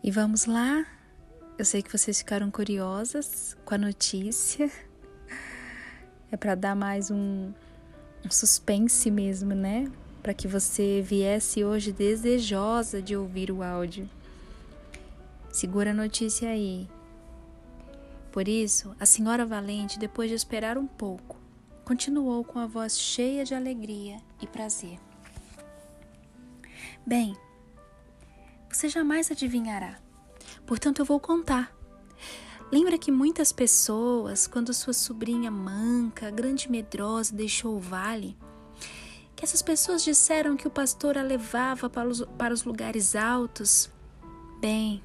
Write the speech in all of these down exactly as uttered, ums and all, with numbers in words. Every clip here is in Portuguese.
E vamos lá, eu sei que vocês ficaram curiosas com a notícia, é para dar mais um, um suspense mesmo, né? Para que você viesse hoje desejosa de ouvir o áudio. Segura a notícia aí. Por isso, a senhora Valente, depois de esperar um pouco, continuou com a voz cheia de alegria e prazer. Bem, você jamais adivinhará, portanto eu vou contar. Lembra que muitas pessoas, quando sua sobrinha manca, grande medrosa, deixou o vale, que essas pessoas disseram que o pastor a levava para os, para os lugares altos? Bem,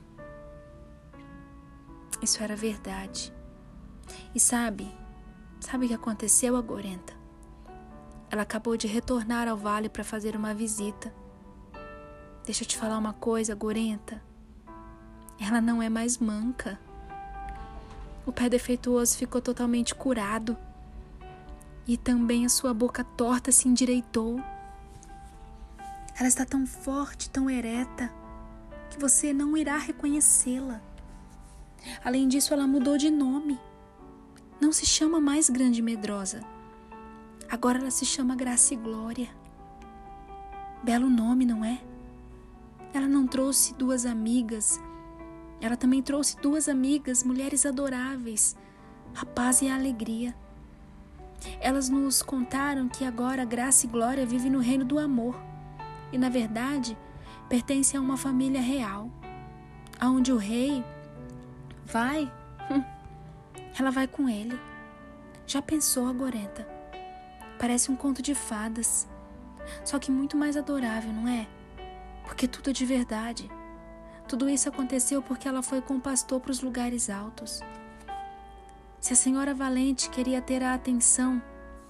isso era verdade. E sabe, sabe o que aconteceu, Agorenta? Ela acabou de retornar ao vale para fazer uma visita. Deixa eu te falar uma coisa, Agorenta. Ela não é mais manca. O pé defeituoso ficou totalmente curado. E também a sua boca torta se endireitou. Ela está tão forte, tão ereta, que você não irá reconhecê-la. Além disso, ela mudou de nome. Não se chama mais Grande Medrosa. Agora ela se chama Graça e Glória. Belo nome, não é? Ela não trouxe duas amigas. Ela também trouxe duas amigas, mulheres adoráveis, a paz e a alegria. Elas nos contaram que agora Graça e Glória vivem no reino do amor e, na verdade, pertencem a uma família real, aonde o rei vai, hum, ela vai com ele. Já pensou, Agorenta? Parece um conto de fadas, só que muito mais adorável, não é? Porque tudo é de verdade. Tudo isso aconteceu porque ela foi com o pastor para os lugares altos. Se a senhora Valente queria ter a atenção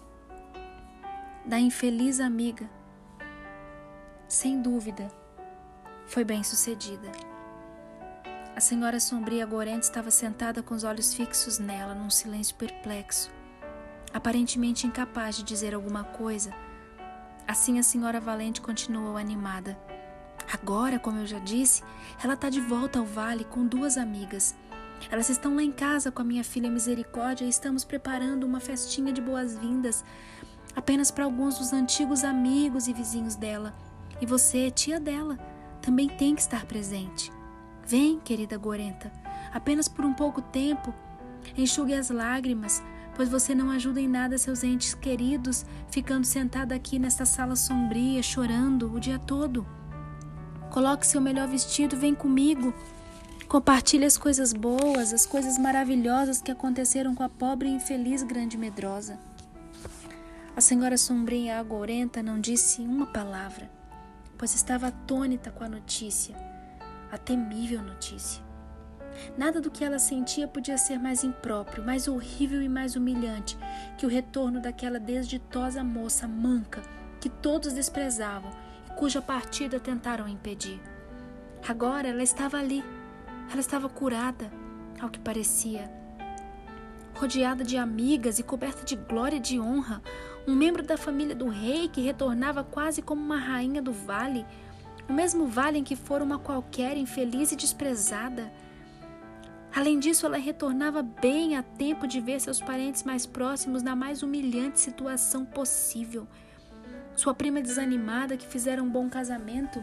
da infeliz amiga, sem dúvida, foi bem sucedida. A senhora Sombria Agorenta estava sentada com os olhos fixos nela, num silêncio perplexo, aparentemente incapaz de dizer alguma coisa. Assim a senhora Valente continuou animada. Agora, como eu já disse, ela está de volta ao vale com duas amigas. Elas estão lá em casa com a minha filha Misericórdia e estamos preparando uma festinha de boas-vindas apenas para alguns dos antigos amigos e vizinhos dela. E você, tia dela, também tem que estar presente. Vem, querida Agorenta, apenas por um pouco tempo, enxugue as lágrimas, pois você não ajuda em nada seus entes queridos ficando sentada aqui nesta sala sombria, chorando o dia todo. Coloque seu melhor vestido, vem comigo. Compartilhe as coisas boas, as coisas maravilhosas que aconteceram com a pobre e infeliz Grande Medrosa. A senhora Sombria Agorenta não disse uma palavra, pois estava atônita com a notícia, a temível notícia. Nada do que ela sentia podia ser mais impróprio, mais horrível e mais humilhante que o retorno daquela desditosa moça manca que todos desprezavam, cuja partida tentaram impedir. Agora ela estava ali, ela estava curada, ao que parecia, rodeada de amigas e coberta de glória e de honra, um membro da família do rei que retornava quase como uma rainha do vale, o mesmo vale em que fora uma qualquer infeliz e desprezada. Além disso, ela retornava bem a tempo de ver seus parentes mais próximos na mais humilhante situação possível. Sua prima desanimada, que fizera um bom casamento,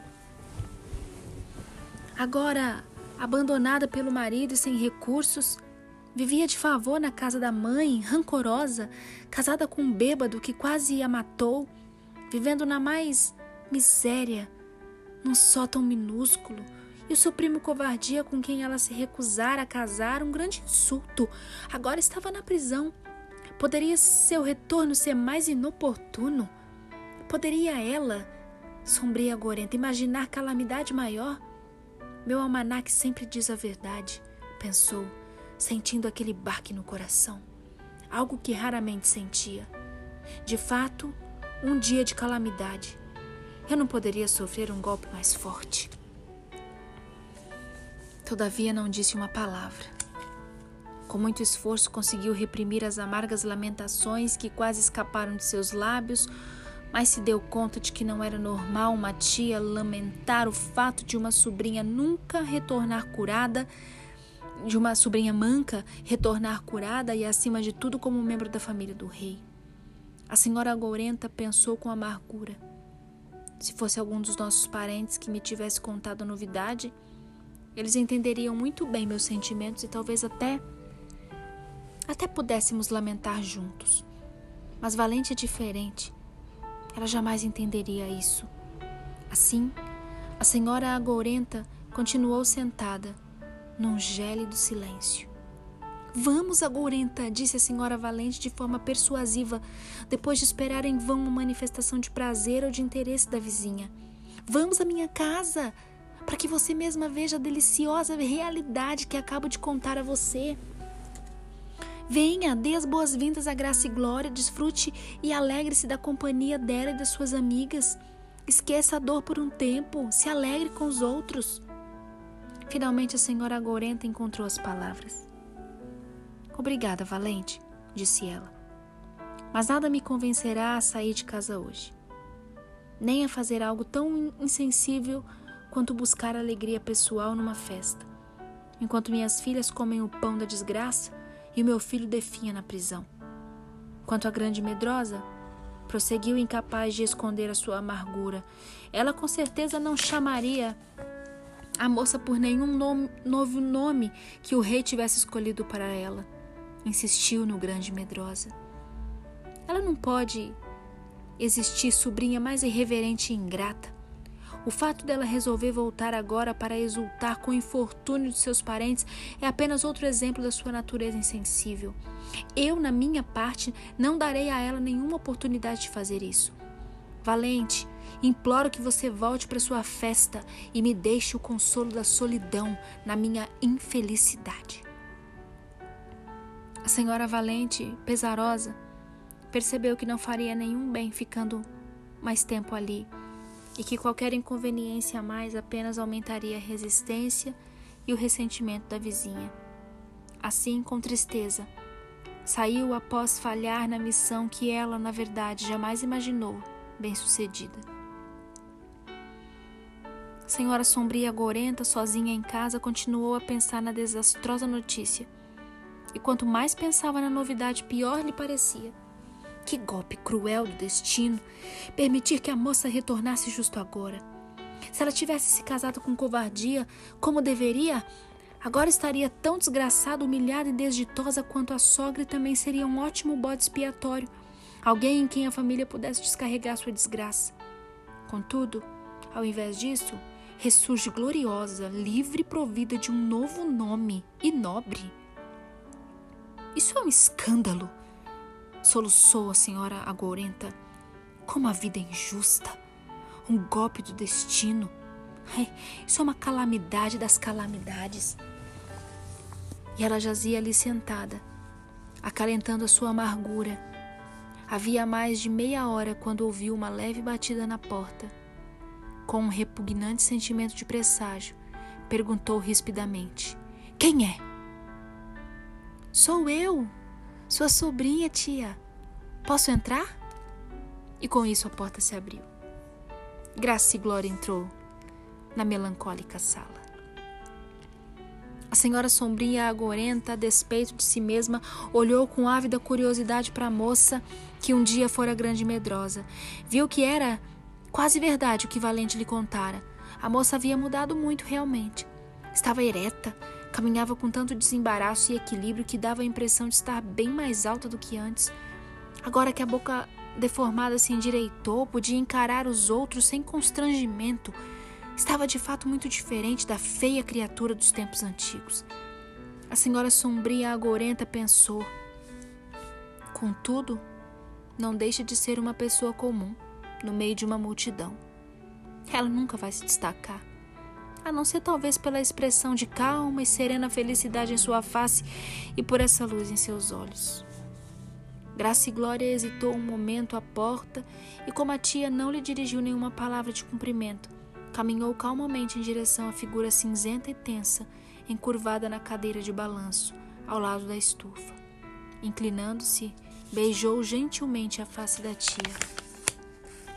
agora abandonada pelo marido e sem recursos, vivia de favor na casa da mãe, rancorosa, casada com um bêbado que quase a matou, vivendo na mais miséria, num sótão minúsculo, e o seu primo covardia com quem ela se recusara a casar, um grande insulto, agora estava na prisão. Poderia seu retorno ser mais inoportuno? Poderia ela, Sombria Agorenta, imaginar calamidade maior? Meu almanaque sempre diz a verdade, pensou, sentindo aquele baque no coração, algo que raramente sentia. De fato, um dia de calamidade. Eu não poderia sofrer um golpe mais forte. Todavia não disse uma palavra. Com muito esforço conseguiu reprimir as amargas lamentações que quase escaparam de seus lábios, mas se deu conta de que não era normal uma tia lamentar o fato de uma sobrinha nunca retornar curada, de uma sobrinha manca retornar curada e, acima de tudo, como membro da família do rei. A senhora Agourenta pensou com amargura. Se fosse algum dos nossos parentes que me tivesse contado a novidade, eles entenderiam muito bem meus sentimentos e talvez até, até pudéssemos lamentar juntos. Mas Valente é diferente. Ela jamais entenderia isso. Assim, a senhora Agourenta continuou sentada, num gélido silêncio. Vamos, Agourenta, disse a senhora Valente de forma persuasiva, depois de esperar em vão uma manifestação de prazer ou de interesse da vizinha. Vamos à minha casa, para que você mesma veja a deliciosa realidade que acabo de contar a você. Venha, dê as boas-vindas a Graça e Glória, desfrute e alegre-se da companhia dela e das suas amigas. Esqueça a dor por um tempo, se alegre com os outros. Finalmente a senhora Agourenta encontrou as palavras. Obrigada, Valente, disse ela. Mas nada me convencerá a sair de casa hoje. Nem a fazer algo tão insensível quanto buscar alegria pessoal numa festa, enquanto minhas filhas comem o pão da desgraça e o meu filho definha na prisão. Quanto à grande medrosa, prosseguiu incapaz de esconder a sua amargura. Ela com certeza não chamaria a moça por nenhum nome, novo nome que o rei tivesse escolhido para ela. Insistiu no grande medrosa. Ela não pode existir sobrinha mais irreverente e ingrata. O fato dela resolver voltar agora para exultar com o infortúnio de seus parentes é apenas outro exemplo da sua natureza insensível. Eu, na minha parte, não darei a ela nenhuma oportunidade de fazer isso. Valente, imploro que você volte para sua festa e me deixe o consolo da solidão na minha infelicidade. A senhora Valente, pesarosa, percebeu que não faria nenhum bem ficando mais tempo ali e que qualquer inconveniência a mais apenas aumentaria a resistência e o ressentimento da vizinha. Assim, com tristeza, saiu após falhar na missão que ela, na verdade, jamais imaginou bem-sucedida. A senhora Sombria Agourenta, sozinha em casa, continuou a pensar na desastrosa notícia. E quanto mais pensava na novidade, pior lhe parecia. Que golpe cruel do destino permitir que a moça retornasse justo agora. Se ela tivesse se casado com covardia, como deveria, agora estaria tão desgraçada, humilhada e desditosa quanto a sogra, e também seria um ótimo bode expiatório, alguém em quem a família pudesse descarregar sua desgraça. Contudo, ao invés disso, ressurge gloriosa, livre e provida de um novo nome e nobre. Isso é um escândalo, soluçou a senhora Agourenta. Como a vida é injusta, um golpe do destino. Ai, isso é uma calamidade das calamidades. E ela jazia ali sentada, acalentando a sua amargura. Havia mais de meia hora quando ouviu uma leve batida na porta. Com um repugnante sentimento de presságio, perguntou rispidamente: Quem é? Sou eu, sua sobrinha, tia. Posso entrar? E com isso a porta se abriu. Graça e Glória entrou na melancólica sala. A senhora Sombria Agourenta, a despeito de si mesma, olhou com ávida curiosidade para a moça que um dia fora grande medrosa. Viu que era quase verdade o que Valente lhe contara. A moça havia mudado muito realmente. Estava ereta, caminhava com tanto desembaraço e equilíbrio que dava a impressão de estar bem mais alta do que antes. Agora que a boca deformada se endireitou, podia encarar os outros sem constrangimento. Estava de fato muito diferente da feia criatura dos tempos antigos. A senhora Sombria Agourenta pensou: contudo, não deixa de ser uma pessoa comum, no meio de uma multidão. Ela nunca vai se destacar, a não ser talvez pela expressão de calma e serena felicidade em sua face e por essa luz em seus olhos. Graça e Glória hesitou um momento à porta e, como a tia não lhe dirigiu nenhuma palavra de cumprimento, caminhou calmamente em direção à figura cinzenta e tensa, encurvada na cadeira de balanço, ao lado da estufa. Inclinando-se, beijou gentilmente a face da tia.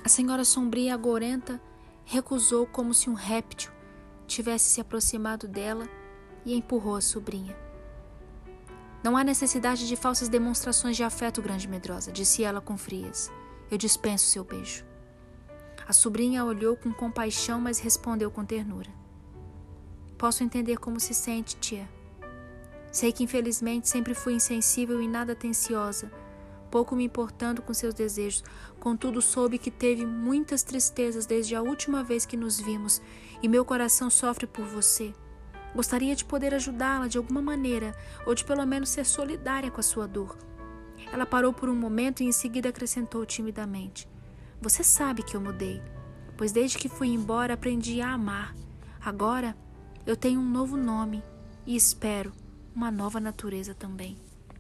A senhora sombria e agorenta recusou como se um réptil tivesse se aproximado dela e empurrou a sobrinha. Não há necessidade de falsas demonstrações de afeto, grande medrosa, disse ela com frieza. Eu dispenso seu beijo. A sobrinha olhou com compaixão, mas respondeu com ternura. Posso entender como se sente, tia. Sei que infelizmente sempre fui insensível e nada atenciosa, pouco me importando com seus desejos. Contudo, soube que teve muitas tristezas desde a última vez que nos vimos e meu coração sofre por você. Gostaria de poder ajudá-la de alguma maneira ou de pelo menos ser solidária com a sua dor. Ela parou por um momento e em seguida acrescentou timidamente. Você sabe que eu mudei, pois desde que fui embora aprendi a amar. Agora eu tenho um novo nome e espero uma nova natureza também.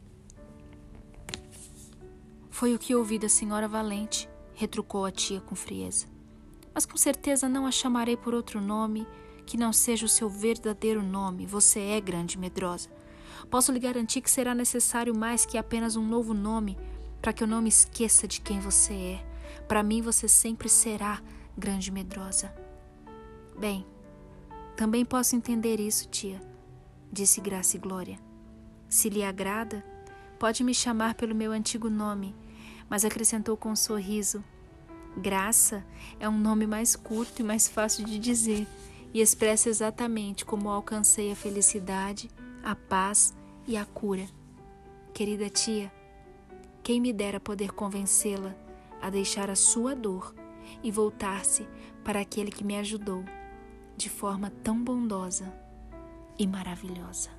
Foi o que ouvi da senhora Valente, retrucou a tia com frieza. Mas com certeza não a chamarei por outro nome que não seja o seu verdadeiro nome. Você é grande medrosa. Posso lhe garantir que será necessário mais que apenas um novo nome para que eu não me esqueça de quem você é. Para mim você sempre será grande medrosa. Bem, também posso entender isso, tia, disse Graça e Glória. Se lhe agrada, pode me chamar pelo meu antigo nome, mas acrescentou com um sorriso. Graça é um nome mais curto e mais fácil de dizer e expressa exatamente como alcancei a felicidade, a paz e a cura. Querida tia, quem me dera poder convencê-la a deixar a sua dor e voltar-se para aquele que me ajudou de forma tão bondosa e maravilhosa.